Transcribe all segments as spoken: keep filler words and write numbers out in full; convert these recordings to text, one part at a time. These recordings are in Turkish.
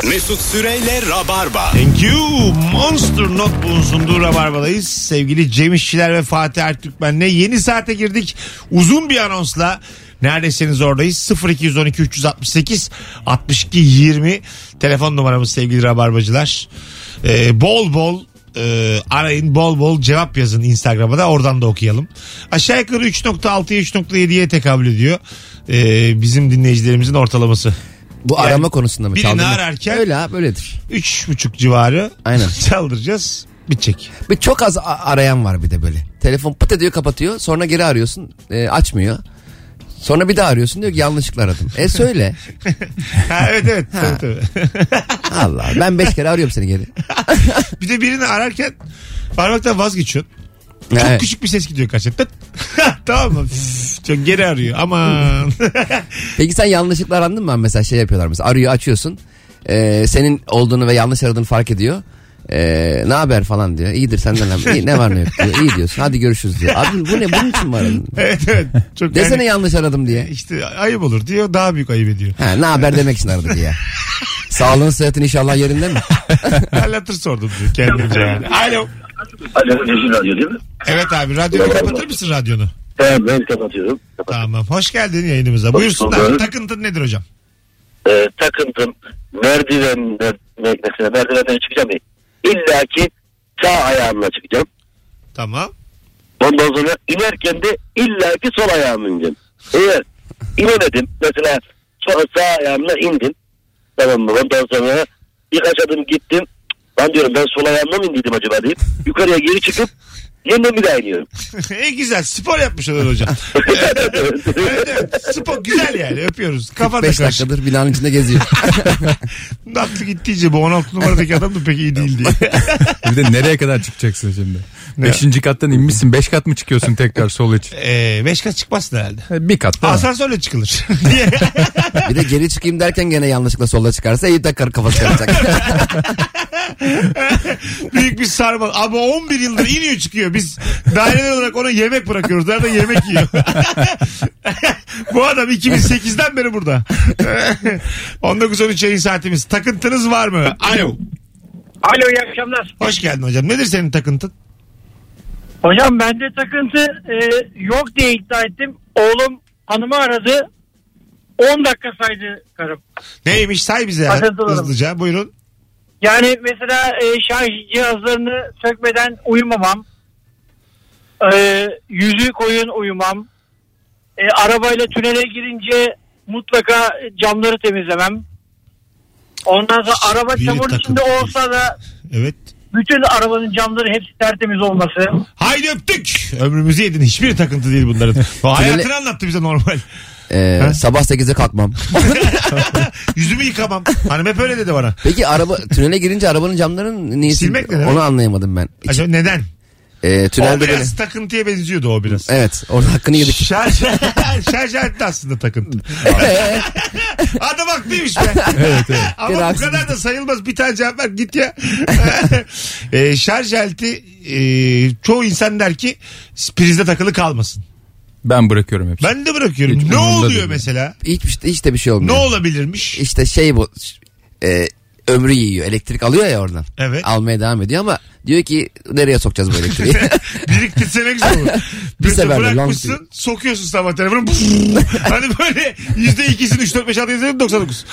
Mesut Süreyle Rabarba. Thank you. Monster Not bulunsunduğu Rabarba'dayız. Sevgili Cem İşçiler ve Fatih Ertürkmen'le yeni saate girdik. Uzun bir anonsla neredesiniz oradayız. sıfır iki on iki üç altı sekiz altmış iki yirmi telefon numaramız sevgili Rabarbacılar. Ee, bol bol e, arayın, bol bol cevap yazın Instagram'a da, oradan da okuyalım. Aşağı yukarı üç nokta altıya üç nokta yediye tekabül ediyor ee, bizim dinleyicilerimizin ortalaması. Bu yani arama konusunda mı? Birini ararken öyle abi, öyledir. Üç buçuk civarı aynen çaldıracağız, bitecek. Bir çok az arayan var bir de böyle. Telefon pıt ediyor, kapatıyor, sonra geri arıyorsun, e, açmıyor. Sonra bir daha arıyorsun, diyor ki yanlışlıkla aradım. E söyle. Ha, evet evet. Tabii, tabii. Allah, ben beş kere arıyorum seni geri. Bir de birini ararken parmaktan vazgeçiyorsun. Çok evet. Küçük bir ses gidiyor karşıya. Tamam mı? Çok geri arıyor. Aman. Peki sen yanlışlıkla arandın mı? Mesela şey yapıyorlar mesela. Arıyor, açıyorsun. Ee, senin olduğunu ve yanlış aradığını fark ediyor. Ee, ne haber falan diyor. İyidir senden haber. İyi, ne var ne yok diyor. İyi diyorsun. Hadi görüşürüz diyor. Abi bu ne? Bunun için mi aradın? Evet evet. Çok desene yani, yanlış aradım diye. İşte ayıp olur diyor. Daha büyük ayıp ediyor. Ha, ne haber demek için aradı diye. Sağlığın sıhhatin inşallah yerinde mi? Halatır sordum diyor kendince yani. Alo. Alo, Yeşil Radyo değil mi? Evet abi, radyonu kapatır mısın radyonu? Evet, ben kapatıyorum. kapatıyorum. Tamam, hoş geldin yayınımıza. Buyursunlar. Takıntın nedir hocam? Ee, takıntım merdivenler, mesela merdivenden çıkacağım ya, İlla ki sağ ayağımla çıkacağım. Tamam. Ondan sonra inerken de illa ki sol ayağımla ineceğim. Eğer inemedim mesela, sonra sağ ayağımla indim. Tamam mı? Ondan sonra birkaç adım gittim. Ben diyorum, ben sol ayağımla mı indiydim acaba deyip yukarıya geri çıkıp yeniden bir daha iniyorum. E güzel, spor yapmış olur hocam. Evet, evet, evet. Spor güzel yani, öpüyoruz. Kafada kırk beş dakikadır binanın içinde geziyor. Aklı gittiğince bu on altı numaradaki adam da pek iyi değil diye. Bir de nereye kadar çıkacaksın şimdi? Ne? Beşinci kattan inmişsin, beş kat mı çıkıyorsun tekrar sol için? Ee, beş kat çıkmazsın herhalde. Bir kat değil mi? Asansörle çıkılır. Bir de geri çıkayım derken gene yanlışlıkla solda çıkarsa iyi takar, kafası karacak. Büyük bir sarmal. Ama on bir yıldır iniyor çıkıyor. Biz daireler olarak ona yemek bırakıyoruz. Nerede yemek yiyor. Bu adam iki bin sekizden beri burada. on dokuz on üç yayın saatimiz. Takıntınız var mı? Alo. Alo, iyi akşamlar. Hoş geldin hocam. Nedir senin takıntın? Hocam bende takıntı e, yok diye iddia ettim. Oğlum hanımı aradı. on dakika saydı karım. Neymiş, say bize ya, hızlıca. Buyurun. Yani mesela e, şarj cihazlarını sökmeden uyumamam. E, yüzüğü koyun uyumam. E, arabayla tünele girince mutlaka camları temizlemem. Ondan sonra araba Bir çamur içinde olsa da evet, bütün arabanın camları hepsi tertemiz olması. Haydi öptük. Ömrümüzü yedin. Hiçbir takıntı değil bunların. O hayatını anlattı bize normal. Ee, sabah sekizde kalkmam. Yüzümü yıkamam. Hanım hep öyle dedi bana. Peki araba tünele girince arabanın camlarını niye silmek ne? Onu anlayamadım ben. Acaba neden? Ee, o biraz böyle takıntıya benziyordu o biraz. Evet, orada hakkını yedik. Şarj, şarj etti aslında takıntı. Adam haklıymış be. Evet, evet. Ama Biraz bu kadar da sayılmaz. Bir tane cevap ver git ya. e, şarj aleti e, çoğu insan der ki prizde takılı kalmasın. Ben bırakıyorum hepsini. Ben de bırakıyorum. Hiç ne oluyor değil mesela? Hiç, hiç de bir şey olmuyor. Ne olabilirmiş? İşte şey bu. E, ömrü yiyor. Elektrik alıyor ya oradan. Evet. Almaya devam ediyor ama diyor ki nereye sokacağız bu elektriği? Biriktirse ne güzel olur. Bir seferde bırakmışsın, sokuyorsun sabah telefonu. Hani böyle yüzde ikisini üç dört beş altı yedi doksan dokuz.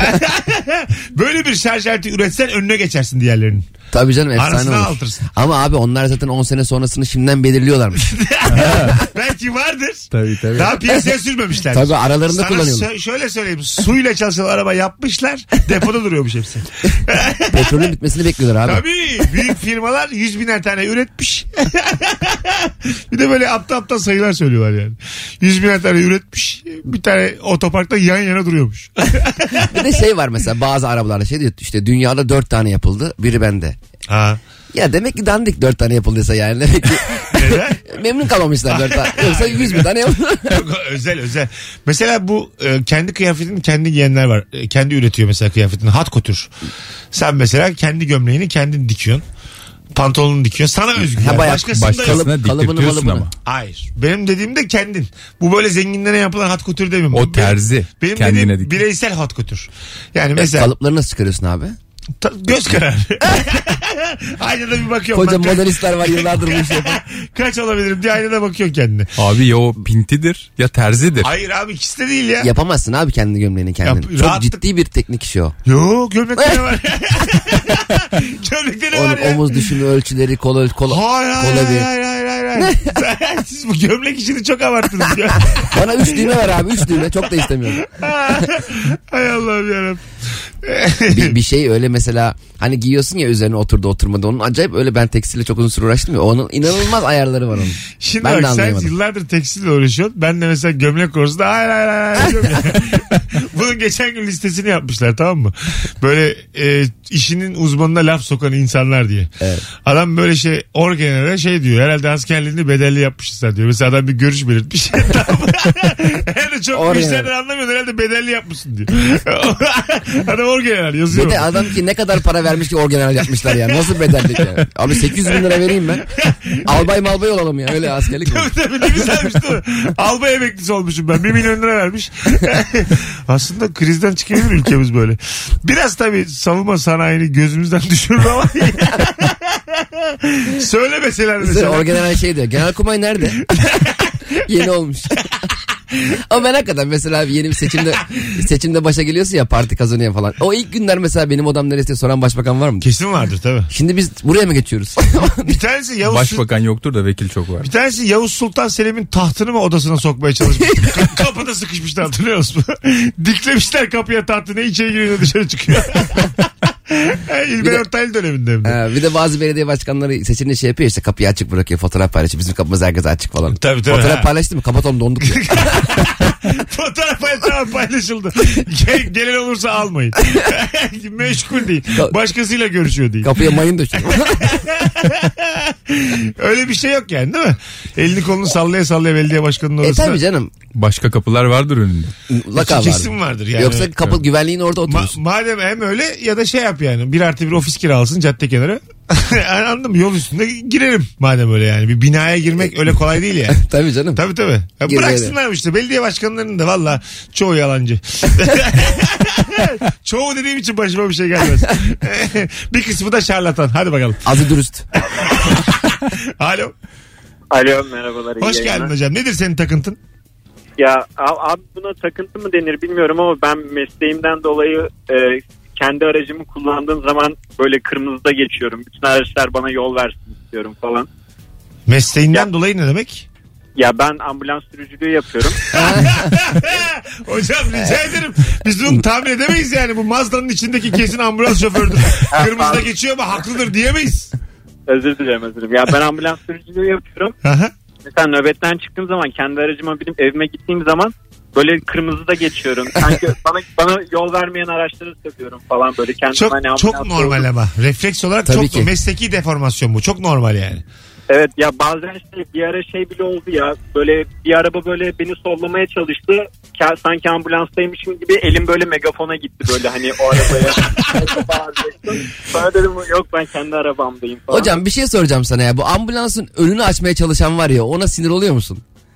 Böyle bir şarj aleti üretsen önüne geçersin diğerlerinin. Tabii canım, efsane Arasına olur. altırsın. Ama abi onlar zaten on sene sonrasını şimdiden belirliyorlarmış. Belki vardır. Tabii tabii. Daha piyasaya sürmemişler. Tabii aralarında Sana kullanıyorlar. Sö- şöyle söyleyeyim. Suyla çalışan araba yapmışlar. Depoda duruyormuş hepsi. Petrolün bitmesini bekliyorlar abi. Tabii. Büyük firmalar yüz biner tane üretmiş. Bir de böyle aptal aptal sayılar söylüyorlar yani. Yüz biner tane üretmiş. Bir tane otoparkta yan yana duruyormuş. Bir de şey var mesela, bazı arabalarda şey diyor işte, dünyada dört tane yapıldı, biri bende. Ha. Ya demek ki dandik dört tane yapıldıysa yani. Demek ki memnun kalmamışlar dört tane. Yoksa yüz bin tane yapıldı. Özel özel. Mesela bu e, kendi kıyafetini kendi giyenler var. E, kendi üretiyor mesela kıyafetini. Hat couture. Sen mesela kendi gömleğini kendin dikiyorsun. Pantolonunu dikiyor. Sana özgü. Ha, Yani. bayağı Başkasında yok. Başkasına Kalıbını, diktirtiyorsun malıbını. ama. Hayır. Benim dediğim de kendin. Bu böyle zenginlere yapılan hot couture demiyorum. O terzi. Benim, benim Kendine dediğim dik. bireysel hot couture. Yani Ya, mesela kalıpları nasıl çıkarıyorsun abi? ta- göz kararı. Aynada bir bakıyorum. Koca ben, modelistler var yıllardır bu işi yapan. kaç olabilirim diye aynada bakıyorsun kendine. Abi ya o pintidir ya terzidir. Hayır abi ikisi de değil ya. Yapamazsın abi kendi gömleğini kendin. Yap- Çok rahatlık- ciddi bir teknik işi o. Yo gömlekte ne var? Gömlekte ne Onun var ya? omuz düşümü ölçüleri, kol kol Hayır hayır kola hayır, bir. hayır hayır hayır hayır. Siz bu gömlek işini çok abarttınız ya. Bana üç düğme ver abi üç düğme çok da istemiyorum. Hay Allah'ım yarabbim. bir, bir şey öyle mesela hani giyiyorsun ya üzerine oturdu oturmadı onun acayip öyle ben tekstille çok uzun süre uğraştım ya onun inanılmaz ayarları var onun. Şimdi Ben de bak sen anlayamadım. yıllardır tekstille uğraşıyorsun. Ben de mesela gömlek konusunda hayır hayır hayır, hayır diyorum ya. Bunun geçen gün listesini yapmışlar tamam mı? Böyle e, işinin uzmanına laf sokan insanlar diye. Evet. Adam böyle şey orgenere şey diyor. Herhalde askerliğini bedelli yapmışlar diyor. Mesela adam bir görüş belirtmiş. Tamam mı? Herhalde çok bu Orgeneral. işlerden anlamıyorsun. Herhalde bedelli yapmışsın diyor. Adam orgeneral yazıyor. Bir de adam ki ne kadar para vermiş ki orgeneral yapmışlar ya. Nasıl bedellik ya? Abi sekiz yüz bin lira vereyim ben. Albay malbay olalım ya. Öyle askerlik mi? Tabii tabii ne güzelmiş değil mi? Albay emeklisi olmuşum ben. Bir milyon lira vermiş. Aslında krizden çıkabilir ülkemiz böyle. Biraz tabii savunma sanayini gözümüzden düşürür ama. Söylemeseler Mesela mesela. orgeneral şey diyor. Genelkurmay nerede? Yeni olmuş. Ama ben hakikaten mesela yeni bir seçimde seçimde başa geliyorsun ya parti kazanıyor falan. O ilk günler mesela benim odam neresi diye soran başbakan var mı? Kesin vardır tabii. Şimdi biz buraya mı geçiyoruz? Bir tanesi Yavuz Başbakan yoktur da vekil çok var. Bir tanesi Yavuz Sultan Selim'in tahtını mı odasına sokmaya çalışmış. Ka- kapıda sıkışmışlar hatırlıyor musun? Diklemişler kapıya tahtı ne içeri giriyor ne dışarı çıkıyor. İlber de- Ortaylı döneminde hem de. Ha, bir de bazı belediye başkanları seçimde şey yapıyor işte kapıyı açık bırakıyor fotoğraf paylaşıyor. Bizim kapımız herkese açık falan. Tabii, tabii, Fotoğraf ha. paylaştı mı kapatalım donduk ya. Fotoğraf tamam paylaşıldı. Gel, gelen olursa almayın. Meşgul değil. Başkasıyla görüşüyor değil. Kapıya mayın döküyor. Öyle bir şey yok yani değil mi? Elini kolunu sallaya sallaya belediye başkanının e odasına. tabii canım. Başka kapılar vardır önünde. Mutlaka vardır. Kesin vardır yani. Yoksa kapı güvenliğin orada Ma- oturursun. madem hem öyle ya da şey yap yani. Bir artı bir ofis kiralasın cadde kenarı. Anladın mı? Yol üstünde girerim madem öyle yani. Bir binaya girmek öyle kolay değil yani. Tabii canım. Tabii tabii. Ya Girmeye bıraksınlar işte. Belediye başkanlarının da valla çoğu yalancı. Çoğu dediğim için başıma bir şey gelmez. Bir kısmı da şarlatan. Hadi bakalım. Azı dürüst. Alo. Alo merhabalar. iyi Hoş yayınlar. geldin hocam. Nedir senin takıntın? Ya a- abi buna takıntı mı denir bilmiyorum ama ben mesleğimden dolayı e, kendi aracımı kullandığım zaman böyle kırmızıda geçiyorum. Bütün araçlar bana yol versin istiyorum falan. Mesleğinden Ya. dolayı ne demek? Ya ben ambulans sürücülüğü yapıyorum. Hocam rica ederim. Biz bunu tahmin edemeyiz yani. Bu Mazda'nın içindeki kesin ambulans şofördür. Kırmızıda geçiyor ama haklıdır diyemeyiz. Özür dilerim özür dilerim. Ya ben ambulans sürücülüğü yapıyorum. Aha. Mesela nöbetten çıktığım zaman kendi aracıma binip evime gittiğim zaman böyle kırmızıda geçiyorum. Sanki bana bana yol vermeyen araçları seviyorum falan böyle kendime Çok hani çok ambulans normal oldum. ama. Refleks olarak Tabii çok ki. mesleki deformasyon bu. Çok normal yani. Evet ya bazen işte bir ara şey bile oldu ya böyle bir araba böyle beni sollamaya çalıştı. Ka- Sanki ambulanstaymışım gibi elim böyle megafona gitti böyle hani o arabaya. Sonra dedim yok ben kendi arabamdayım falan. Hocam bir şey soracağım sana ya. Bu ambulansın önünü açmaya çalışan var ya ona sinir oluyor musun?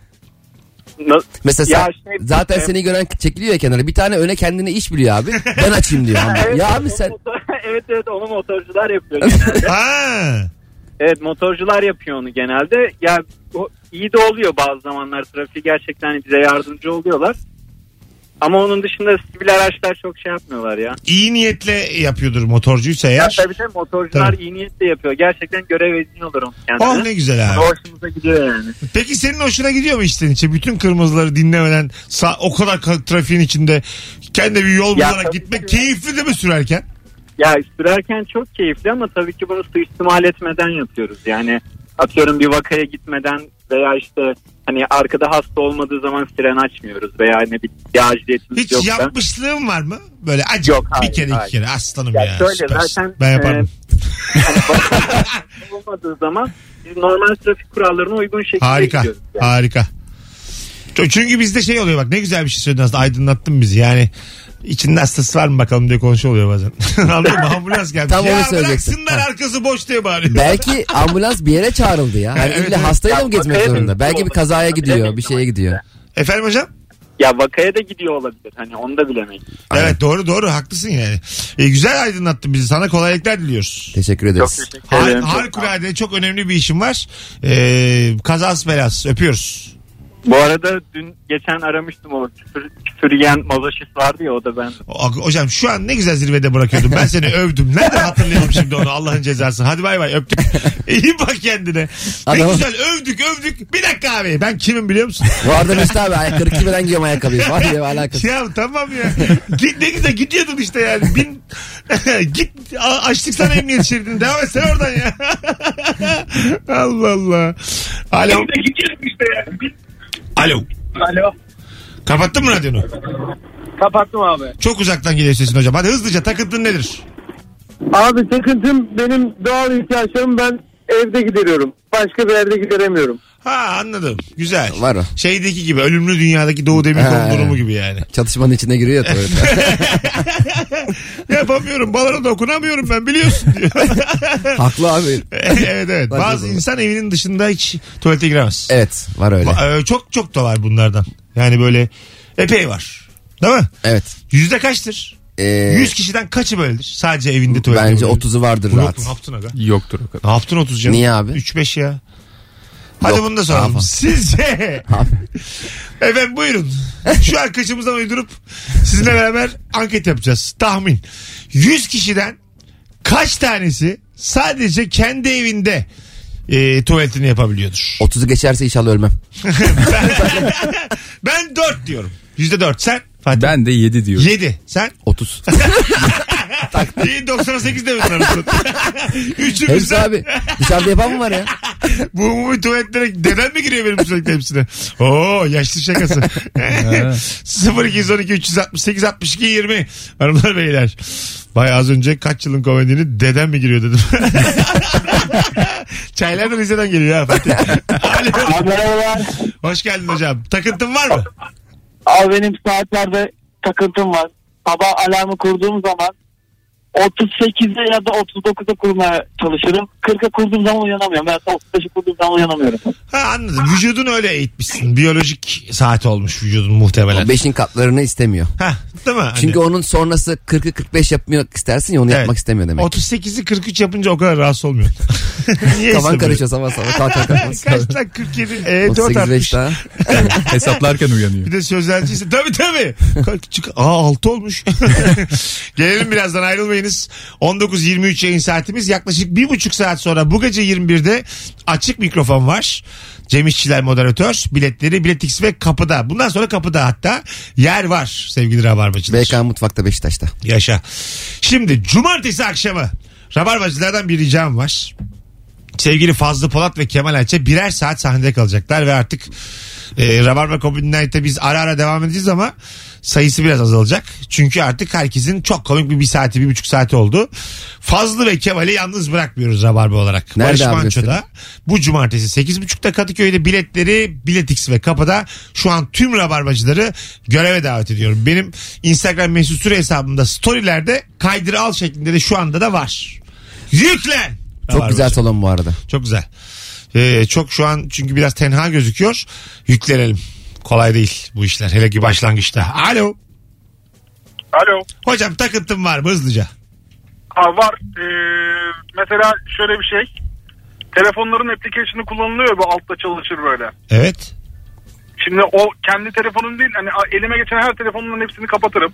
Na- Mesela Ya sen- şey- zaten e- seni gören çekiliyor ya kenara. Bir tane öne kendine iş biliyor abi. Ben açayım diyor. Evet, ya abi evet, sen motor- evet evet onu motorcular yapıyor genelde. Ha. Evet motorcular yapıyor onu genelde. Ya o iyi de oluyor bazı zamanlar trafiği gerçekten bize yardımcı oluyorlar. Ama onun dışında sivil araçlar çok şey yapmıyorlar ya. İyi niyetle yapıyordur motorcuysa Ya eğer. tabii tabii motorcular Tabii. iyi niyetle yapıyor. Gerçekten görev ediniyorlar onu kendine. Oh ne güzel abi. Hoşumuza gidiyor yani. Peki senin hoşuna gidiyor mu içten içe? Bütün kırmızıları dinlemeden sağ, o kadar ka- trafiğin içinde kendi bir yol Ya bularak tabii gitmek ki. keyifli değil mi sürerken? Ya sürerken çok keyifli ama tabii ki bunu suistimal etmeden yapıyoruz. Yani atıyorum bir vakaya gitmeden veya işte hani arkada hasta olmadığı zaman fren açmıyoruz veya ne bir, bir aciliyetimiz Hiç yoksa. yapmışlığın var mı? Böyle acı Yok, bir hayır, kere iki hayır. kere aslanım Ya ya. şöyle süpersin. zaten, Ben yaparım. Hani vaka olmadığı zaman biz normal trafik kurallarına uygun şekilde Harika. gidiyoruz. Yani. Harika. Çünkü bizde şey oluyor bak ne güzel bir şey söyledin aslında aydınlattın bizi yani. İçinde hastası var mı bakalım diye konuşuluyor bazen. Anladın mı? Ambulans gelmiş. Tam onu ya söyleyecektim. bıraksınlar Ha. arkası boş diye bağırıyor. Belki ambulans bir yere çağrıldı ya. Hani Evet, illa evet. hastayla mı gezmek Evet. zorunda? Belki bir kazaya gidiyor, bir şeye gidiyor. Efendim hocam? Ya vakaya da gidiyor olabilir. Hani onu da bilemeyiz. Aynen. Evet doğru doğru haklısın yani. E, güzel aydınlattın bizi. Sana kolaylıklar diliyoruz. Teşekkür Çok ederiz. teşekkür Har ederim. harikulade çok önemli bir işim var. Ee, kazası belası öpüyoruz. Bu arada dün geçen aramıştım o küfür, küfür yiyen mazoşist vardı ya o da ben. O- Hocam şu an ne güzel zirvede bırakıyordum. Ben seni övdüm. Nereden hatırlayalım şimdi onu Allah'ın cezası. Hadi bay bay öptük. İyi bak kendine. Ne Adam- güzel övdük övdük. Bir dakika abi ben kimim biliyor musun? Bu arada Mesut abi ayak kırk iki beden giyiyorum ayakkabıyı. Var ya alakası. Ya tamam ya. Git ne güzel gidiyordun işte yani. Bin... Git a- açtık sana emniyet şeridini. Devam et sen oradan ya. Allah Allah. Alo. Alo. Alo. Kapattın mı radyonu? Kapattım abi. Çok uzaktan geliyor sesin hocam. Hadi hızlıca takıntın nedir? Abi takıntım benim doğal ihtiyaçlarımı ben evde gideriyorum. Başka bir yerde gideremiyorum. Ha anladım. Güzel. Var o. Şeydeki gibi ölümlü dünyadaki Doğu Demirkol'un Ha. durumu gibi yani. Çatışmanın içine giriyor ya tuvalete. Yapamıyorum balona dokunamıyorum ben biliyorsun diyor. Haklı abi. evet evet. Bence Bazı doğru. insan evinin dışında hiç tuvalete giremez. Evet var öyle. Ba- e, Çok çok da var bunlardan. Yani böyle epey var. Değil mi? Evet. Yüzde kaçtır? Ee, Yüz kişiden kaçı böyledir? Sadece evinde tuvalete bence girebilir. otuzu vardır Yok, rahat. ne yaptın aga? Yoktur o kadar. Ne yaptın otuz canım? Niye abi? üç beş ya. Hadi Yok, bunu da soralım. daha fazla. Sizce efendim buyurun. Şu an kıçımızdan uydurup sizinle beraber anket yapacağız. Tahmin. yüz kişiden kaç tanesi sadece kendi evinde e, tuvaletini yapabiliyordur? otuzu geçerse inşallah ölmem. Ben dört diyorum. yüzde dört. Sen? Fatih. Ben de yedi diyorum. yedi. Sen? otuz. İyi doksan sekiz de bunların. Üçümüz Hepsi abi. Dışarıda yapan mı var ya? Bu umumi tuvaletlere deden mi giriyor benim sürekli hepsine? Oo yaşlı şakası. sıfır iki on iki üç altı sekiz altmış iki yirmi hanımlar beyler. Vay az önce kaç yılın komedini deden mi giriyor dedim. Çaylar da Rize'den geliyor ha Fatih. Alo. Merhabalar. Hoş geldin hocam. Takıntın var mı? Abi benim saatlerde takıntım var. Sabah alarmı kurduğum zaman otuz sekize ya da otuz dokuza kurmaya çalışırım. kırka kurduğum zaman uyanamıyorum. Ben otuz beşe kurduğum zaman uyanamıyorum. Ha anladım. Vücudunu öyle eğitmişsin. Biyolojik saat olmuş vücudun muhtemelen. O beşin katlarını istemiyor. Ha değil mi? Hani Çünkü onun sonrası kırkı kırk beş yapmak istersin ya onu Evet. yapmak istemiyor demek. otuz sekizi kırk üç yapınca o kadar rahatsız olmuyor. Niye Kafan istemiyor? karışıyor sabah sabah kalkar kalkmaz. Kaç lan kırk yedi? E, otuz dört sekiz artmış. beş daha. Hesaplarken uyanıyor. Bir de sözelciyse tabii tabii. Kalk, çık. Aa altı olmuş. Gelelim birazdan ayrılmayınız. on dokuz yirmi üç yayın saatimiz. Yaklaşık bir buçuk saat sonra bu gece yirmi birde açık mikrofon var. Cem İşçiler moderatör. Biletleri Biletix ve kapıda. Bundan sonra kapıda hatta yer var sevgili Rabarbacılar. B K Mutfak'ta Beşiktaş'ta. Yaşa. Şimdi cumartesi akşamı Rabarbacılardan bir ricam var. Sevgili Fazlı Polat ve Kemal Ayça birer saat sahnede kalacaklar ve artık e, Rabarba Comedy Night'te biz ara ara devam edeceğiz ama sayısı biraz azalacak. Çünkü artık herkesin çok komik bir bir saati bir buçuk saati oldu. Fazlı ve Kemal'i yalnız bırakmıyoruz Rabarba olarak. Nerede Barış abi Manço'da gösterim? bu cumartesi sekiz buçukta Kadıköy'de biletleri Biletix ve kapıda şu an tüm Rabarbacıları göreve davet ediyorum. Benim Instagram mesut süre hesabımda storylerde kaydır al şeklinde de şu anda da var. Yüklen! Çok Rabarbacı. güzel salon bu arada. Çok güzel. Ee, çok şu an çünkü biraz tenha gözüküyor. Yüklenelim. Kolay değil bu işler. Hele ki başlangıçta. Alo. Alo. Hocam takıntım var mı hızlıca? Ha, var. Ee, mesela şöyle bir şey. Telefonların application'ı kullanılıyor bu altta çalışır böyle. Evet. Şimdi o kendi telefonum değil hani elime geçen her telefonun hepsini kapatırım.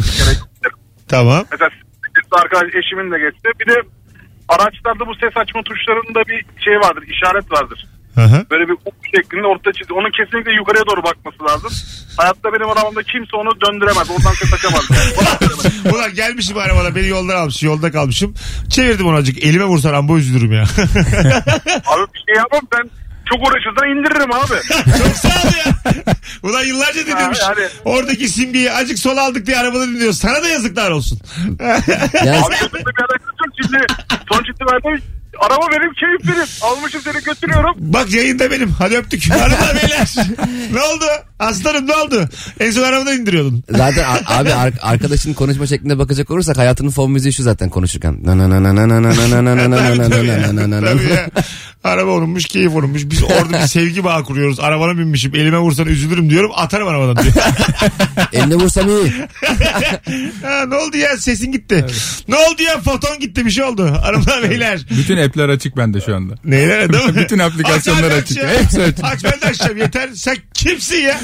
Tamam. Mesela arkadaş eşimin de geçti. Bir de araçlarda bu ses açma tuşlarında bir şey vardır, işaret vardır. Hı hı. Böyle bir ok şeklinde orta çizgi. Onun kesinlikle yukarıya doğru bakması lazım. Hayatta benim arabamda kimse onu döndüremez. Oradan ses açamaz. Yani. Ulan gelmişim arabada beni yoldan almış yolda kalmışım. Çevirdim onu azıcık elime vursan amba üzülürüm ya. Abi bir şey yapmam ben çok uğraşırsan indiririm abi. Çok sağ ol ya. Ulan yıllarca dinlemiş. Ha, yani. Oradaki simgeyi azıcık sola aldık diye arabada dinliyoruz. Sana da yazıklar olsun. Yani Abi yazıklı bir alakası yok. Şimdi sonuç itibariyle Araba benim, keyif benim. Almışım seni götürüyorum. Bak yayında benim. Hadi öptük. Hanımlar beyler. Ne oldu? Aslanım ne oldu? En son arabadan indiriyordun. Zaten a- abi ar- arkadaşın konuşma şekline bakacak olursak hayatının fon müziği şu zaten konuşurken. Na na na na na na na na na na na Tabii, tabii na ya. na na na. Tabii ya. Araba onunmuş, keyif onunmuş. Biz orada bir sevgi bağı kuruyoruz. Arabana binmişim. Elime vursan üzülürüm diyorum. Atarım arabadan diyor. Eline vursam iyi. Ha, ne oldu ya? Sesin gitti. Ne oldu ya? Foton gitti. Bir şey oldu. Hanımlar beyler. Bütün app'ler açık bende şu anda. Neyler değil mi? Bütün aplikasyonlar Aç, aç, açık. aç ya. Hepsi açık. Aç ben de açacağım. Yeter. Sen kimsin ya?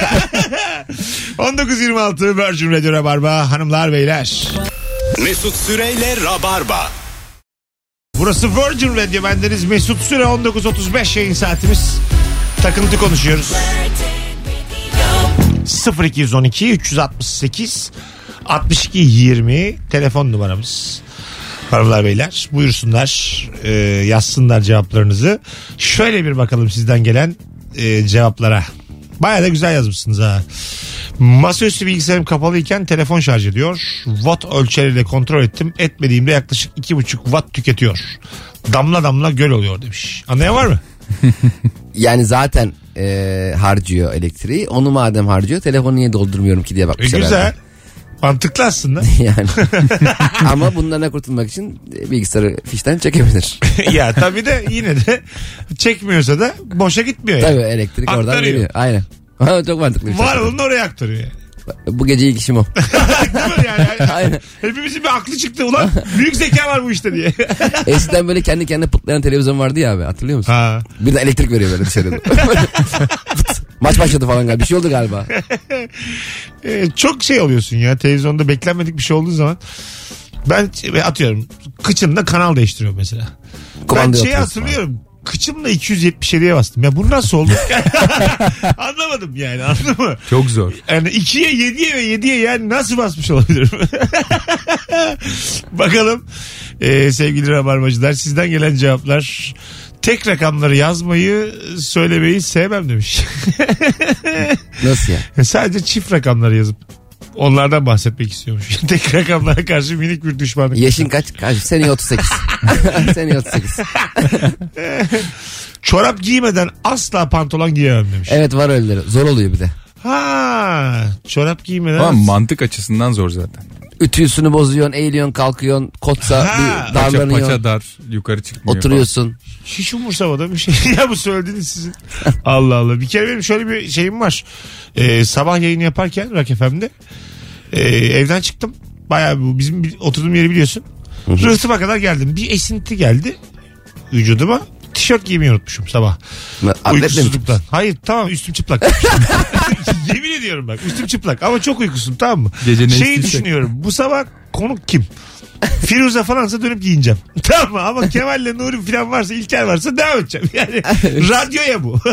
on dokuz yirmi altı Virgin Radio Rabarba. Hanımlar beyler. Mesut Süreyle Rabarba. Burası Virgin Radio. Bendeniz Mesut Süre. on dokuz otuz beş yayın saatimiz. Takıntı konuşuyoruz. sıfır iki on iki üç altı sekiz altmış iki yirmi telefon numaramız. Hanımlar beyler buyursunlar, e, yazsınlar cevaplarınızı. Şöyle bir bakalım sizden gelen e, cevaplara. Baya da güzel yazmışsınız ha. Masaüstü bilgisayarım kapalıyken telefon şarj ediyor. Watt ölçeriyle kontrol ettim. Etmediğimde yaklaşık iki buçuk watt tüketiyor. Damla damla göl oluyor demiş. Anlayan var mı? Yani zaten e, harcıyor elektriği. Onu madem harcıyor telefonu niye doldurmuyorum ki diye E, bakmış güzel. herhalde. Mantıklı aslında. Yani. Ama bundan kurtulmak için bilgisayarı fişten çekebilir. Ya tabii de yine de çekmiyorsa da boşa gitmiyor yani. Tabii elektrik oradan Aktarıyor. geliyor. Aynen. Çok mantıklı bir şey. Var onun oraya aktarıyor yani. Bu gece ilk işim o. Değil mi yani? Aynen. Hepimizin bir aklı çıktı ulan. Büyük zeka var bu işte diye. Eskiden böyle kendi kendine pıtlayan televizyon vardı ya abi, hatırlıyor musun? Ha. Bir de elektrik veriyor böyle dışarıda. Maç başladı falan galiba. Bir şey oldu galiba. Ee, çok şey oluyorsun ya televizyonda beklenmedik bir şey olduğu zaman. Ben atıyorum kıçımda kanal değiştiriyorum mesela. Komando ben şeyi yapıyorsun hatırlıyorum. Kıçımla iki yüz yetmiş yediye bastım. Ya bu nasıl oldu? Anlamadım yani, anladın mı? Çok zor. Yani ikiye yediye ve yediye yani nasıl basmış olabilirim? Bakalım ee, sevgili rabarbacılar sizden gelen cevaplar. Tek rakamları yazmayı söylemeyi sevmem demiş. Nasıl ya? Sadece çift rakamları yazıp onlardan bahsetmek istiyormuş. Tek rakamlara karşı minik bir düşmanlık. Yaşın kaç? Kaç? Seneye otuz sekiz. Seneye otuz sekiz. Çorap giymeden asla pantolon giyemem demiş. Evet, var öyleleri. Zor oluyor bir de. Ha, çorap giymeden. Ama mantık açısından zor zaten. Ütüsünü bozuyorsun, eğiliyorsun, kalkıyorsun, kotsa Ha. bir Paça, darlanıyorsun. paça dar, yukarı çıkmıyor. Oturuyorsun. Hiç umursamadım bir şey. Ya bu söylediğiniz sizin. Allah Allah. Bir kere benim şöyle bir şeyim var. Ee, sabah yayını yaparken Rock F M'de e, evden çıktım. Bayağı bu bizim bir, oturduğum yeri biliyorsun. Rıhtıma kadar geldim. Bir esinti geldi vücuduma. Tişört giymeyi unutmuşum sabah. Atletle mi? Uykusuzluktan. Hayır tamam, üstüm çıplak. Yemin ediyorum bak, üstüm çıplak ama çok uykusuzum, tamam mı? Gece ne Şeyi istiyorsak. düşünüyorum. Bu sabah konuk kim? Firuze falansa dönüp giyineceğim. Tamam mı? Ama Kemal'le Nuri falan varsa, İlker varsa devam edeceğim. Yani radyo ya bu.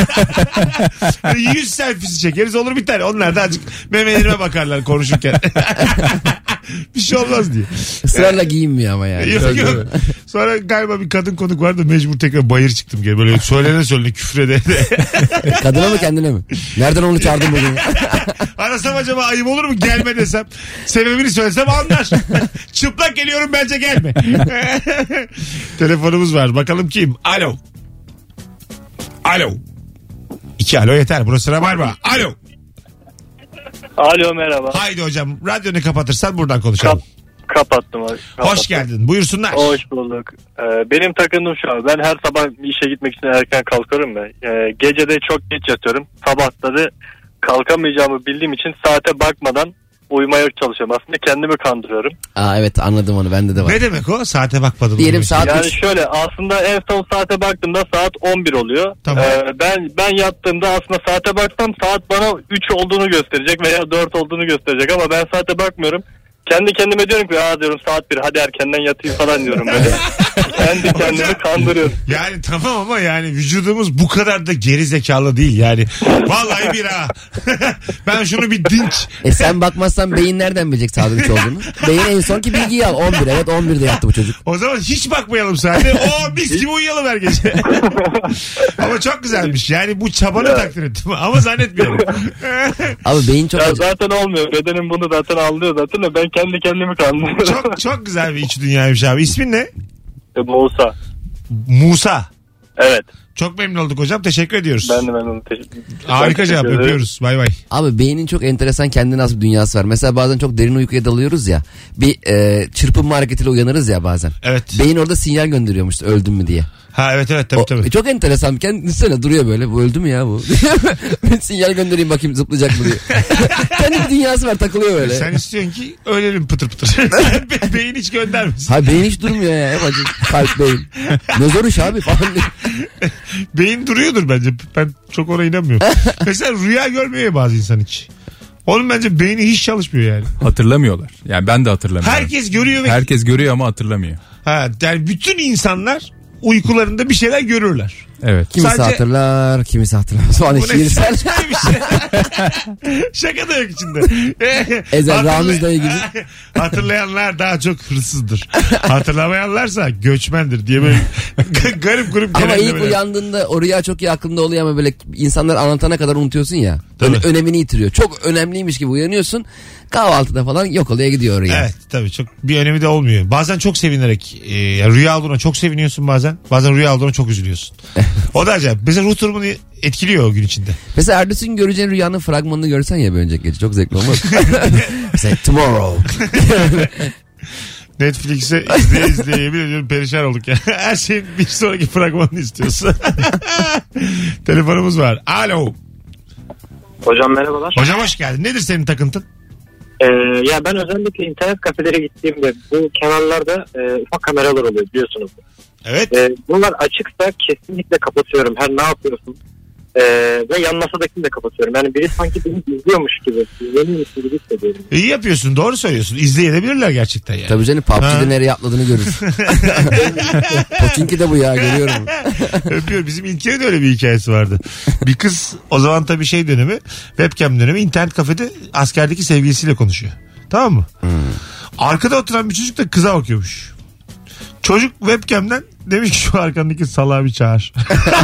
Yüz selfiesi çekeriz olur bir tane. Onlar da azıcık memelerime bakarlar konuşurken. Bir şey olmaz diye. Israrla giyinmiyor ama yani. Yok yok. Sonra galiba bir kadın konuk vardı, mecbur tekrar bayır çıktım geri. Böyle söylene söylene küfrede. Kadına mı kendine mi? Nereden onu çağırdın bugün? Arasam acaba ayıp olur mu gelme desem. Sebebini söylesem anlar. Çıplak geliyorum bence gelme. Telefonumuz var. Bakalım kim? Alo. Alo. İki alo yeter. Burası Rabarba. Alo. Alo, merhaba. Haydi hocam. Radyonu kapatırsan buradan konuşalım. Kap- kapattım abi. Kapattım. Hoş geldin. Buyursunlar. Hoş bulduk. Ee, benim takıntım şu abi. Ben her sabah işe gitmek için erken kalkarım ya. Ee, gece de çok geç yatıyorum. Sabahları kalkamayacağımı bildiğim için saate bakmadan uyumaya çalışıyorum. Aslında kendimi kandırıyorum. Aa, evet, anladım onu, bende de var. Ne demek o? Saate bakmadım. Diyelim saat Yani üç. şöyle, aslında en son saate baktığımda saat on bir oluyor. Tamam. Ee, ben ben yattığımda aslında saate baksam saat bana üç olduğunu gösterecek veya dört olduğunu gösterecek ama ben saate bakmıyorum. Kendi kendime diyorum ki ya diyorum saat bir, hadi erkenden yatayım falan diyorum böyle. Kendi kendimi kandırıyorum. Yani tamam ama yani vücudumuz bu kadar da geri zekalı değil yani. Vallahi bir ha. Ben şunu bir dinç. E sen bakmazsan beyin nereden bilecek saat üç olduğunu? Beyin en sonki bilgiyi al. on bir, evet on birde yattı bu çocuk. O zaman hiç bakmayalım saate. O mis gibi uyuyalım her gece. Ama çok güzelmiş. Yani bu çabanı takdir ettim. Ama zannetmiyorum. Abi beyin çok... Ya zaten olmuyor. Bedenim bunu zaten anlıyor zaten de ben kendi kendimi kandırıyorum. Çok çok güzel bir iç dünyaymış abi. İsmin ne? Musa. Musa. Evet. Çok memnun olduk hocam. Teşekkür ediyoruz. Ben de memnun teşekkür ederim. Harika cevap. Öpüyoruz. Bay bay. Abi beynin çok enteresan kendine has bir dünyası var. Mesela bazen çok derin uykuya dalıyoruz ya. Bir e, çırpınma hareketiyle uyanırız ya bazen. Evet. Beyin orada sinyal gönderiyormuş öldün mü diye. Ha evet evet tabii O, tabii. Çok enteresan. Kendisi duruyor böyle. Bu öldü mü ya bu? Sinyal göndereyim bakayım zıplayacak mı diye. Kendi bir dünyası var takılıyor böyle. Sen istiyorsun ki ölelim pıtır pıtır. Be- beyin hiç göndermesin. Ha beyin hiç durmuyor ya. Hep acı. Kalp beyin. Ne zor iş abi falan. Beyin duruyordur bence. Ben çok ona inanmıyorum. Mesela rüya görmüyor ya bazı insan hiç. Onun bence beyni hiç çalışmıyor yani. Hatırlamıyorlar. Yani ben de hatırlamıyorum. Herkes görüyor ve... Herkes görüyor ama hatırlamıyor. Ha, yani bütün insanlar uykularında bir şeyler görürler. Evet. Kimisi Sadece- hatırlar, kimisi hatırlamaz. Falan Bu ne şiirsel. saçma bir şey. Şaka da yok içinde. Ezel Hatırlay- Ramiz dayı gibi. Hatırlayanlar daha çok hırsızdır. Hatırlamayanlarsa göçmendir diye böyle garip grup Ama ilk genellemeler. uyandığında o rüya çok iyi aklında oluyor ama böyle insanlar anlatana kadar unutuyorsun ya. Tabii. Öne- önemini yitiriyor. Çok önemliymiş gibi uyanıyorsun. Kahvaltıda falan yok oluyor gidiyor oraya. Evet tabii çok bir önemi de olmuyor. Bazen çok sevinerek e, yani rüya aldığına çok seviniyorsun bazen. Bazen rüya aldığına çok üzülüyorsun. O da acayip. Mesela ruh durumunu etkiliyor o gün içinde. Mesela ertesi gün göreceğin rüyanın fragmanını görsen ya bir önceki gece çok zevkli olmaz. Mesela tomorrow. Netflix'e izleye izleye yemin ediyorum perişan olduk ya. Her şeyin bir sonraki fragmanını istiyorsun. Telefonumuz var. Alo. Hocam merhabalar. Hocam hoş geldin. Nedir senin takıntın? Ee, ya ben özellikle internet kafelere gittiğimde bu kenarlarda e, ufak kameralar oluyor biliyorsunuz. Evet. Ee, bunlar açıksa kesinlikle kapatıyorum. Her ne yapıyorsun? Ee, ve yan masadakini de kapatıyorum. Yani biri sanki beni izliyormuş gibi. İzleniyormuş gibi hissediyorum. İyi yapıyorsun. Doğru söylüyorsun. İzleyebilirler gerçekten yani. Tabii canım P U B G'de nereye atladığını görürüz. Poçinki de bu ya görüyorum. Öpüyorum. Bizim İlker'in de öyle bir hikayesi vardı. Bir kız o zaman tabii şey dönemi, webcam dönemi, internet kafede askerdeki sevgilisiyle konuşuyor. Tamam mı? Hmm. Arkada oturan bir çocuk da kıza bakıyormuş. Çocuk webcam'den demiş ki şu arkandaki salağı bir çağır.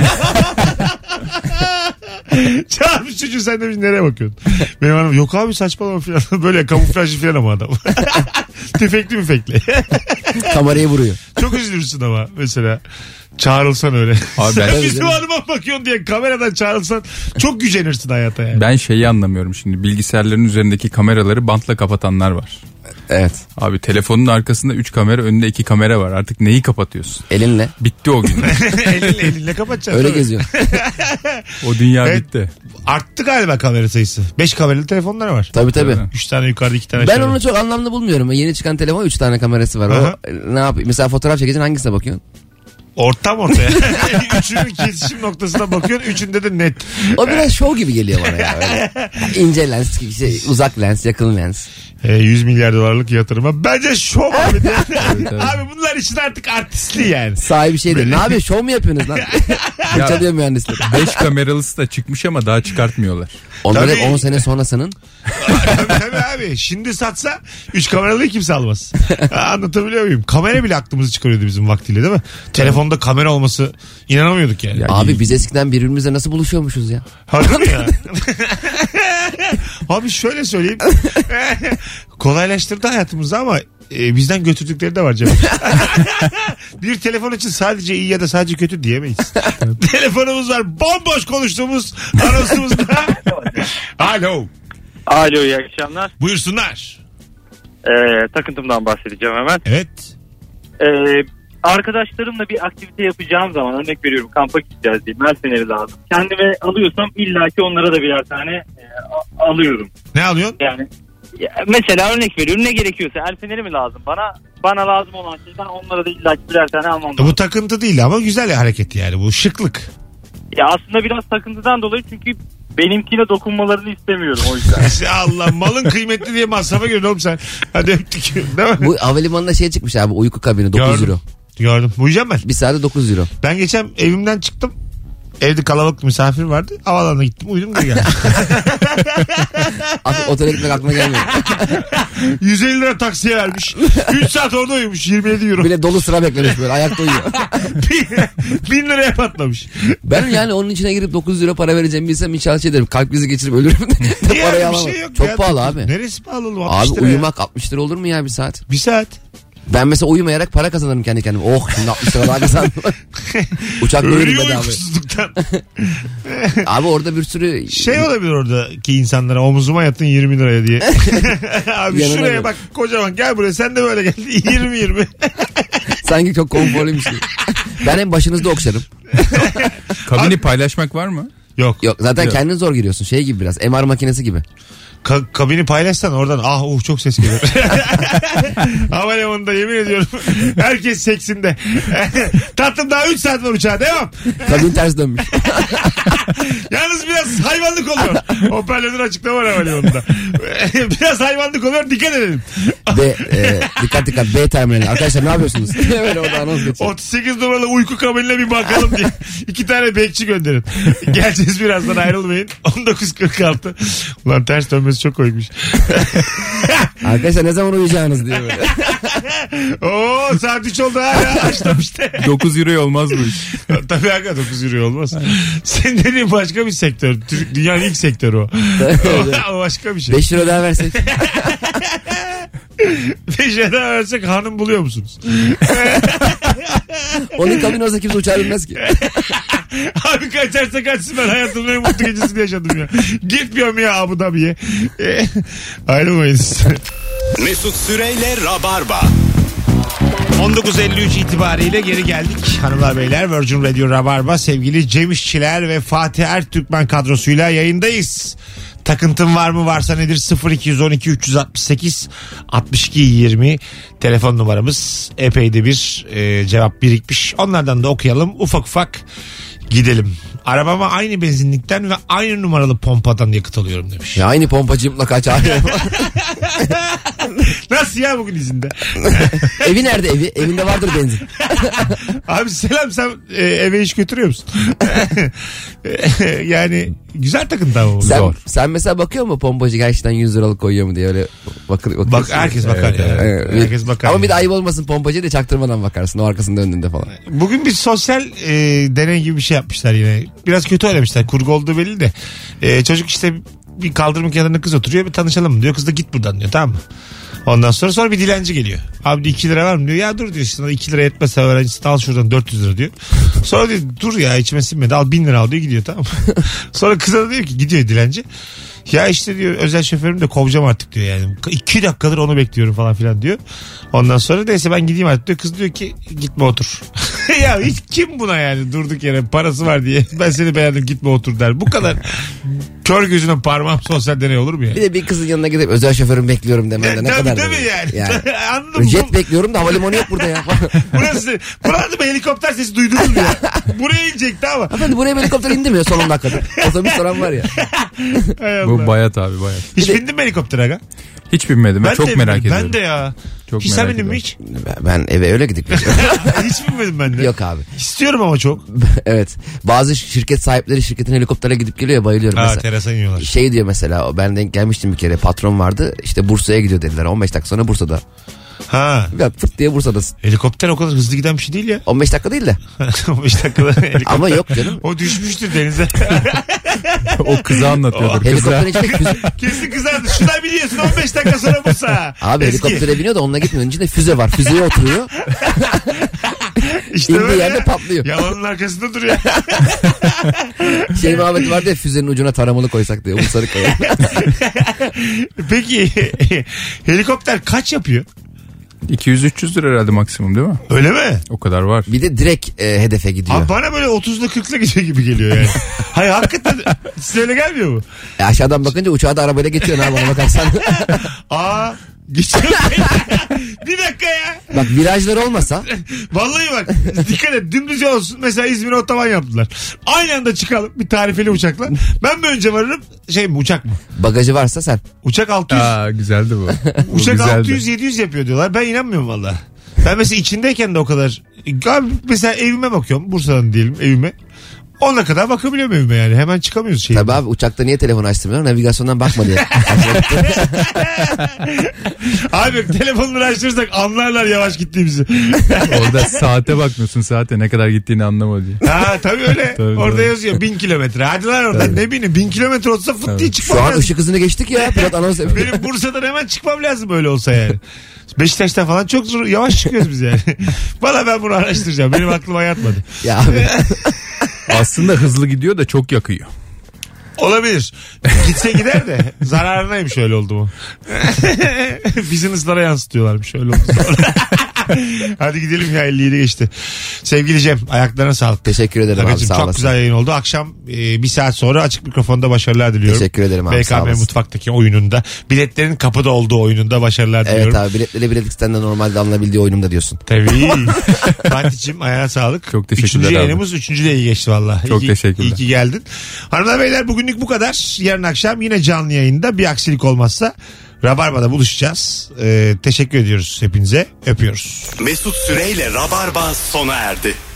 Çağırmış çocuğu, sen demiş nereye bakıyorsun? Benim hanım yok abi saçmalama falan. Böyle kamuflajlı falan ama adam. Tüfekli müfekli. Kamerayı vuruyor. Çok üzülürsün ama mesela çağrılsan öyle. Abi Sen ben- bizim hanıma bakıyorsun diye kameradan çağrılsan çok gücenirsin hayata yani. Ben şeyi anlamıyorum şimdi. Bilgisayarların üzerindeki kameraları bantla kapatanlar var. Evet. Abi telefonun arkasında üç kamera, önünde iki kamera var. Artık neyi kapatıyorsun? Elinle. Bitti o gün. elinle, elinle kapatacaksın. Öyle tabii. geziyor. O dünya Evet. bitti. Arttı galiba kamera sayısı. Beş kameralı telefonlar var. Tabii tabii. Üç tane yukarıda iki tane Ben aşağıda. onu çok anlamlı bulmuyorum. Yeni çıkan telefon üç tane kamerası var. Aha. O, ne yapayım? Mesela fotoğraf çekeceksin hangisine bakıyorsun? Ortam ortaya. Üçünün kesişim noktasına bakıyorsun. Üçünde de net. O biraz şov gibi geliyor bana ya. Öyle. İnce lens, şey, uzak lens, yakın lens. E, yüz milyar dolarlık yatırıma. Bence şov abi diye. Abi bunlar için artık artistli yani. Sahibi şey diyor. Ne yapıyor? Şov mu yapıyorsunuz lan? Çalıyor mühendisler. Beş kameralısı da çıkmış ama daha çıkartmıyorlar. Onları Tabii. on sene sonrasının. tabii, tabii abi. Şimdi satsa üç kameralıyı kimse almaz. Anlatabiliyor muyum? Kamera bile aklımızı çıkarıyordu bizim vaktiyle değil mi? Telefonda kamera olması inanamıyorduk yani. Ya, Abi iyi. biz eskiden birbirimizle nasıl buluşuyormuşuz ya? Harbi mi ya? Abi şöyle söyleyeyim. Kolaylaştırdı hayatımızı ama e, bizden götürdükleri de var Cem. Bir telefon için sadece iyi ya da sadece kötü diyemeyiz. Telefonumuz var. Bomboş konuştuğumuz anonsumuzda. Alo. Alo, iyi akşamlar. Buyursunlar. Ee, takıntımdan bahsedeceğim hemen. Evet. Ee, arkadaşlarımla bir aktivite yapacağım zaman, örnek veriyorum, kampa gideceğiz diyeyim, el feneri lazım. Kendime alıyorsam illaki onlara da birer tane e, a- alıyorum. Ne alıyorsun? Yani ya, mesela örnek veriyorum, ne gerekiyorsa, el feneri mi lazım bana, bana lazım olan şeyden onlara da illaki birer tane almam lazım. Bu takıntı değil ama güzel hareket yani. Bu şıklık. Ya aslında biraz takıntıdan dolayı, çünkü benimkine dokunmalarını istemiyorum o yüzden. Allah, malın kıymetli diye masrafa girdin oğlum sen. Hadi öptük. Değil mi? Bu havalimanında şey çıkmış abi, uyku kabini dokuz Gördüm. euro. Gördüm. Uyuyacağım ben. Bir saate dokuz euro. Ben geçen evimden çıktım. Evde kalabalık misafir vardı. Havalanına gittim. Uyudum geri geldim. Artık otele gitmek aklına gelmiyor. yüz elli lira taksiye vermiş. üç saat orada uyumuş. yirmi yedi euro. Bir de dolu sıra beklemiş böyle ayakta uyuyor. bin liraya patlamış. Ben yani onun içine girip dokuz euro para vereceğimi bilsem inşallah şey derim. Kalp krizi geçirip ölürüm. Niye Parayı abi, bir alamam. şey yok Çok ya. pahalı abi. Neresi pahalı oğlum? altmış Abi lira uyumak altmış lira olur mu ya bir saat? ya. Bir saat. Ben mesela uyumayarak para kazanırım kendi kendime. Oh şimdi altmış lira daha kazandım. Uçakta uyurum Ölüyor bedava. uykusuzluktan. Abi orada bir sürü... Şey olabilir oradaki insanlara omuzuma yatın yirmi liraya diye. Abi Yanına şuraya bak. bak kocaman gel buraya sen de böyle gel. yirmi yirmi. Sanki çok konforluymuş gibi. Ben hem başınızda okşarım. Kabini paylaşmak var mı? Yok. Yok zaten Yok. kendin zor giriyorsun. Şey gibi biraz. M R makinesi gibi. Ka- kabini paylaşsan oradan ah uh çok ses geliyor. Havalimanında yemin ediyorum herkes seksinde. Tatlım daha üç saat var uçağa devam. Kabin ters dönmüş. Yalnız biraz hayvanlık oluyor. Hoparlörün açıklama var havalimanında. Biraz hayvanlık oluyor dikkat edelim. B, e, dikkat dikkat B terminali. Arkadaşlar ne yapıyorsunuz? Böyle orada anons geçiyor. otuz sekiz numaralı uyku kabinine bir bakalım diye. İki tane bekçi gönderin. Geleceğiz birazdan ayrılmayın. on dokuz kırk altı. Ulan ters dönmesi çok koymuş. Arkadaşlar ne zaman uyuyacağınız diye böyle. Oo saat üç oldu hala açtım işte. dokuz euro olmaz bu iş. Tabii hakikaten dokuz euro olmaz. Senin dediğin başka bir sektör. Türk, dünyanın ilk sektörü o. o. O başka bir şey. beş lira daha versek. beş lira daha versek hanım buluyor musunuz? Onun kabini olsa kimse uçağa binmez ki. Abi kaçarsa kaçsın ben hayatımın en mutlu gecesini yaşadım ya. Gitmiyorum ya Abu Dhabi'ye. E, ayrılmayız. Mesut Süreyle Rabarba. on dokuz elli üç itibariyle geri geldik. Hanımlar beyler Virgin Radio Rabarba sevgili Cem İşçiler ve Fatih Ertürkmen kadrosuyla yayındayız. Takıntın var mı varsa nedir sıfır iki on iki üç altı sekiz altmış iki yirmi telefon numaramız epey de bir e, cevap birikmiş. Onlardan da okuyalım ufak ufak gidelim. Arabama aynı benzinlikten ve aynı numaralı pompadan yakıt alıyorum demiş. Ya aynı pompacı mutlaka çağırıyor. Nasıl ya bugün izinde? Evi nerede evi? Evinde vardır benzin. Abi selam sen e, eve iş götürüyor musun? Yani güzel takıntı ama bu. Sen, Zor. sen mesela bakıyor mu pompacı gerçekten yüz liralık koyuyor mu diye öyle bakır, bakıyorsun. Bak herkes bakar Evet, ya. Evet. Herkes bakar. Ama bir de yani. ayıp olmasın pompacıya da çaktırmadan bakarsın o arkasında önünde falan. Bugün bir sosyal e, deney gibi bir şey yapmışlar yine. Biraz kötü oynamışlar. Kurgu olduğu belli de. E, çocuk işte bir kaldırım kenarında kız oturuyor. Bir tanışalım mı diyor. Kız da git buradan diyor tamam mı? Ondan sonra sonra bir dilenci geliyor. Abi iki lira var mı diyor. Ya dur diyor işte iki lira yetmezse öğrencisi al şuradan dört yüz lira diyor. Sonra diyor dur ya içime sinmedi al bin lira al diyor gidiyor tamam mı? Sonra kıza da diyor ki gidiyor dilenci. Ya işte diyor özel şoförüm de kovacağım artık diyor yani. İki dakikadır onu bekliyorum falan filan diyor. Ondan sonra neyse ben gideyim artık diyor. Kız diyor ki gitme otur. Ya hiç kim buna yani durduk yere parası var diye ben seni beğendim gitme otur der. Bu kadar kör gözüne parmağım sosyal deney olur mu ya? Bir de bir kızın yanına gidip özel şoförüm bekliyorum demen de ne Tabii, kadar. tabii böyle. yani. yani. Anladın mı? Jet bekliyorum da havalimanı yok burada ya. Burası, buralarda bir helikopter sesi duydunuz mu ya? Buraya inecekti ama. Efendim buraya bir helikopter indi mi ya son on dakikada? Otobüs soran var ya. Hay Allah. Bu bayat abi bayat. Hiç Bir de- bindin mi helikoptere aga? Hiç binmedim. Ben, çok de merak bindim. ediyorum. Ben de ya. Çok Hiç sen merak bindin mi ediyorum. hiç? Ben eve öyle gidip Hiç binmedim ben de. Yok abi. İstiyorum ama çok. Evet. Bazı şirket sahipleri şirketin helikoptere gidip geliyor ya bayılıyorum Ha mesela. terasa iniyorlar. Şey diyor mesela ben denk gelmiştim bir kere patron vardı işte Bursa'ya gidiyor dediler on beş dakika sonra Bursa'da. Ha. Ya fırt diye Bursa'dasın. Helikopter o kadar hızlı giden bir şey değil ya. on beş dakika değil de. on beş dakikada helikopter. Ama yok canım. O düşmüştür denize. O kızı anlatıyordur. Kıza. Helikopterin içinde füze... Kesin kızardı. Şuradan biliyorsun on beş dakika sonra Bursa. Abi Eski. helikoptere biniyor da onunla gitmiyor. Onun içinde füze var. Füzeye oturuyor. İşte İndiği böyle yerde ya. patlıyor. Yalanın arkasında duruyor. Şey muhabbeti vardı ya füzenin ucuna taramalı koysak diye. Ulusarı koyalım. Peki helikopter kaç yapıyor? iki yüz üç yüz lira herhalde maksimum değil mi? Öyle mi? O kadar var. Bir de direkt e, hedefe gidiyor. Abi bana böyle otuzla kırkla gidiyor gibi geliyor yani. Hayır hakikaten size öyle gelmiyor mu? E, aşağıdan bakınca uçağı da arabayla geçiyorsun abi ona bakarsan. Aa geçiyor. Bir dakika ya. Bak virajlar olmasa. Vallahi bak dikkat et dümdüz yol olsun. Mesela İzmir'e otoban yaptılar. Aynı anda çıkalım bir tarifeli uçakla. Ben mi önce varırım şey mi uçak mı? Bagajı varsa sen. Uçak altı yüz. Aa güzeldi bu. Bu Uçak güzeldi. altı yüz yedi yüz yapıyor diyorlar. Ben inanmıyorum valla. Ben mesela içindeyken de o kadar. Abi mesela evime bakıyorum. Bursa'dan diyelim evime. Ona kadar bakabiliyorum evime yani. Hemen çıkamıyoruz şeyden. Tabii abi uçakta niye telefon açtırmıyor? Navigasyondan bakma diye. Abi telefonları açtırırsak anlarlar yavaş gittiğimizi. Orada saate bakmıyorsun saate ne kadar gittiğini anlama diye. Ha tabii öyle. Tabii, Orada tabii. yazıyor bin kilometre. Hadi lan oradan ne binin? Bin kilometre olsa fıt diye çıkmam Şu an lazım. ışık hızını geçtik ya. Pilot anons yapıyor. Benim Bursa'dan hemen çıkmam lazım öyle olsa yani. Beşiktaş'ta falan çok zor, yavaş çıkıyoruz biz yani. Valla ben bunu araştıracağım. Benim aklıma yatmadı. Ya abi. Aslında hızlı gidiyor da çok yakıyor. Olabilir. Gitse gider de zararınaymış öyle oldu mu? Business'lara yansıtıyorlarmış öyle oldu sonra. Hadi gidelim ya, elli yedi geçti. Sevgili Cem, ayaklarına sağlık. Teşekkür ederim abi, Agacığım, sağ çok olasın. güzel yayın oldu. Akşam e, bir saat sonra açık mikrofonda başarılar diliyorum. Teşekkür ederim abi, B sağ K M olasın. Mutfak'taki oyununda. Biletlerin kapıda olduğu oyununda başarılar diliyorum. Evet abi, biletleri biletikten de normalde alınabildiği oyunumda diyorsun. Tabii. Fatih'cim ayağına sağlık. Çok teşekkürler Üçüncü abi. yayınımız üçüncü de iyi geçti valla. Çok iyi, teşekkürler. İyi ki geldin. Hanımlar beyler, bugünlük bu kadar. Yarın akşam yine canlı yayında, bir aksilik olmazsa Rabarba'da buluşacağız. Ee, teşekkür ediyoruz hepinize. Öpüyoruz. Mesut Süreyle Rabarba sona erdi.